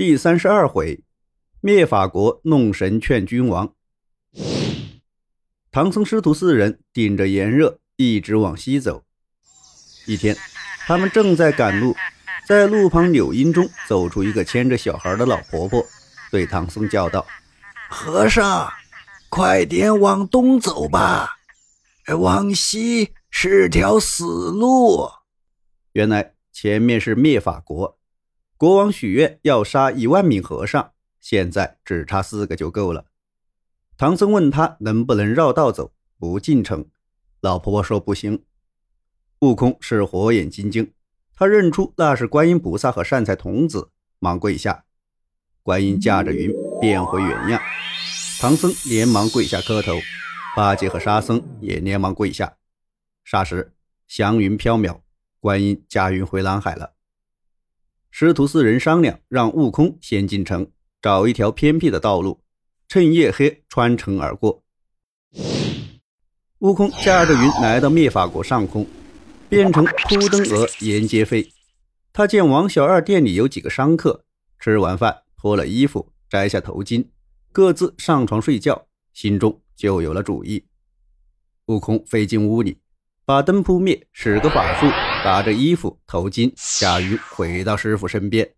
第32回，灭法国弄神劝君王。唐僧师徒四人顶着炎热一直往西走。一天，他们正在赶路，在路旁柳荫中走出一个牵着小孩的老婆婆，对唐僧叫道： 和尚，快点往东走吧，往西是条死路。 原来前面是灭法国，国王许愿要杀1万名和尚，现在只差4个就够了。唐僧问他能不能绕道走，不进城。老婆婆说不行。悟空是火眼金睛，他认出那是观音菩萨和善财童子，忙跪下。观音驾着云变回原样，唐僧连忙跪下磕头，八戒和沙僧也连忙跪下。霎时祥云飘渺，观音驾云回南海了。师徒四人商量，让悟空先进城，找一条偏僻的道路，趁夜黑穿城而过。悟空驾着云来到灭法国上空，变成扑灯蛾沿街飞。他见王小二店里有几个商客，吃完饭脱了衣服，摘下头巾，各自上床睡觉，心中就有了主意。悟空飞进屋里，把灯扑灭，使个法术，拿着衣服头巾驾云回到师傅身边。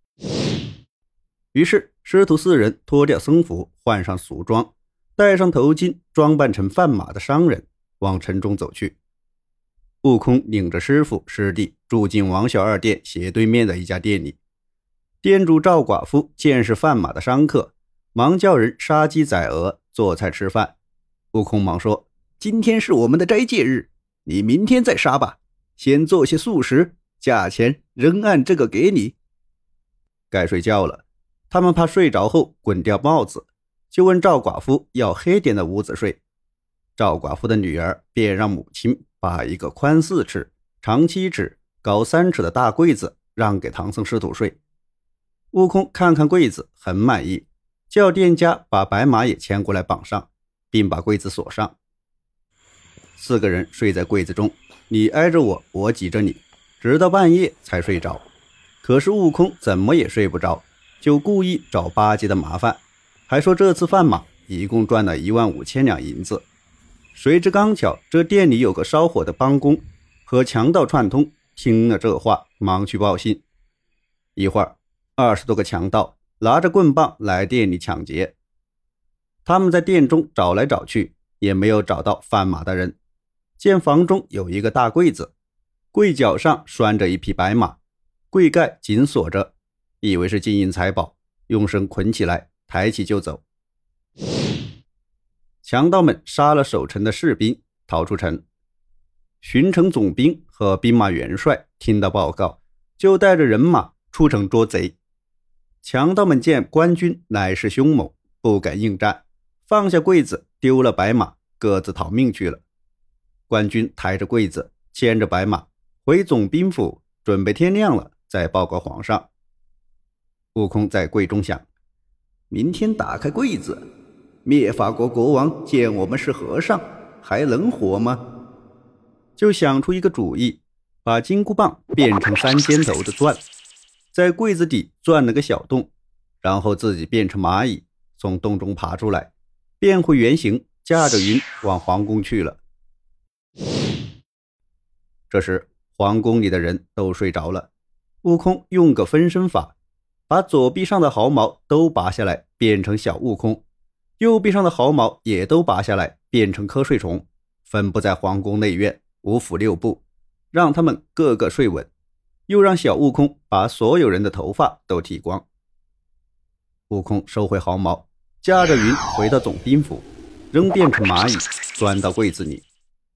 于是师徒四人脱掉僧服，换上俗装，戴上头巾，装扮成贩马的商人，往城中走去。悟空领着师傅师弟住进王小二店斜对面的一家店里。店主赵寡妇见是贩马的商客，忙叫人杀鸡宰鹅做菜吃饭。悟空忙说：今天是我们的斋戒日，你明天再杀吧，先做些素食，价钱仍按这个给你。该睡觉了，他们怕睡着后滚掉帽子，就问赵寡妇要黑点的屋子睡。赵寡妇的女儿便让母亲把一个宽4尺、长7尺、高3尺的大柜子让给唐僧师徒睡。悟空看看柜子很满意，叫店家把白马也牵过来绑上，并把柜子锁上。4个人睡在柜子中，你挨着我，我挤着你，直到半夜才睡着。可是悟空怎么也睡不着，就故意找八戒的麻烦，还说这次贩马一共赚了15000两银子。谁知刚巧这店里有个烧火的帮工和强盗串通，听了这话忙去报信。一会儿20多个强盗拿着棍棒来店里抢劫。他们在店中找来找去，也没有找到贩马的人。见房中有一个大柜子，柜脚上拴着一匹白马，柜盖紧锁着，以为是金银财宝，用绳捆起来，抬起就走。强盗们杀了守城的士兵，逃出城。巡城总兵和兵马元帅听到报告，就带着人马出城捉贼。强盗们见官军乃是凶猛，不敢应战，放下柜子，丢了白马，各自逃命去了。官军抬着柜子，牵着白马回总兵府，准备天亮了再报告皇上。悟空在柜中想，明天打开柜子，灭法国国王见我们是和尚，还能活吗？就想出一个主意，把金箍棒变成3尖头的钻，在柜子底钻了个小洞，然后自己变成蚂蚁，从洞中爬出来，变回原形，驾着云往皇宫去了。这时皇宫里的人都睡着了，悟空用个分身法，把左臂上的毫毛都拔下来，变成小悟空，右臂上的毫毛也都拔下来，变成瞌睡虫，分布在皇宫内院5府6部，让他们个个睡稳，又让小悟空把所有人的头发都剃光。悟空收回毫毛，驾着云回到总兵府，仍变成蚂蚁，钻到柜子里。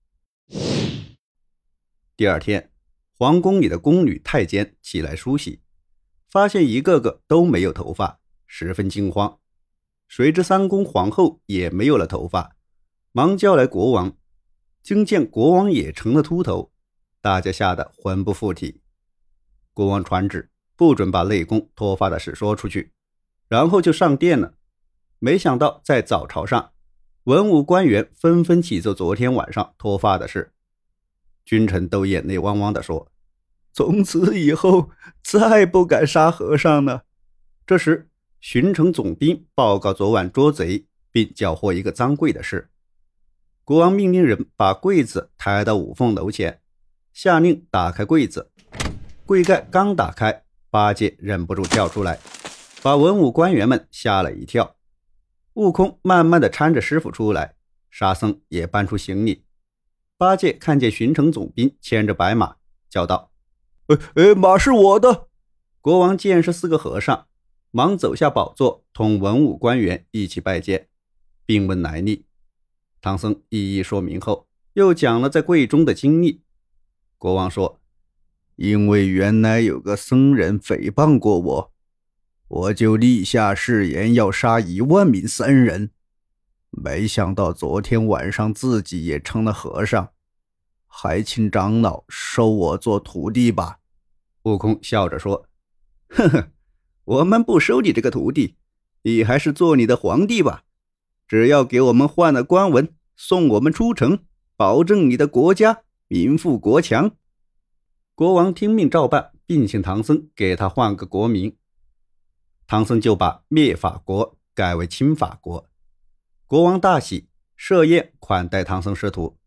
第二天，皇宫里的宫女太监起来梳洗，发现一个个都没有头发，十分惊慌。谁知三宫皇后也没有了头发，忙叫来国王，惊见国王也成了秃头，大家吓得魂不附体。国王传旨，不准把内宫脱发的事说出去，然后就上殿了。没想到在早朝上，文武官员纷纷启奏昨天晚上脱发的事。君臣都眼泪汪汪地说，从此以后再不敢杀和尚了。 这时，巡城总兵报告昨晚捉贼并缴获一个赃柜的事。国王命令人把柜子抬到五凤楼前，下令打开柜子。柜盖刚打开，八戒忍不住跳出来，把文武官员们吓了一跳。悟空慢慢地搀着师傅出来，沙僧也搬出行李。八戒看见巡城总兵牵着白马，叫道：马是我的。国王见是4个和尚，忙走下宝座，同文武官员一起拜见，并问来历。唐僧一一说明后，又讲了在柜中的经历。国王说：因为原来有个僧人诽谤过我，我就立下誓言要杀10000名僧人，没想到昨天晚上自己也成了和尚，还请长老收我做徒弟吧。悟空笑着说：呵呵，我们不收你这个徒弟，你还是做你的皇帝吧，只要给我们换了官文，送我们出城，保证你的国家民富国强。国王听命照办，并请唐僧给他换个国名。唐僧就把灭法国改为清法国。国王大喜，设宴款待唐僧师徒。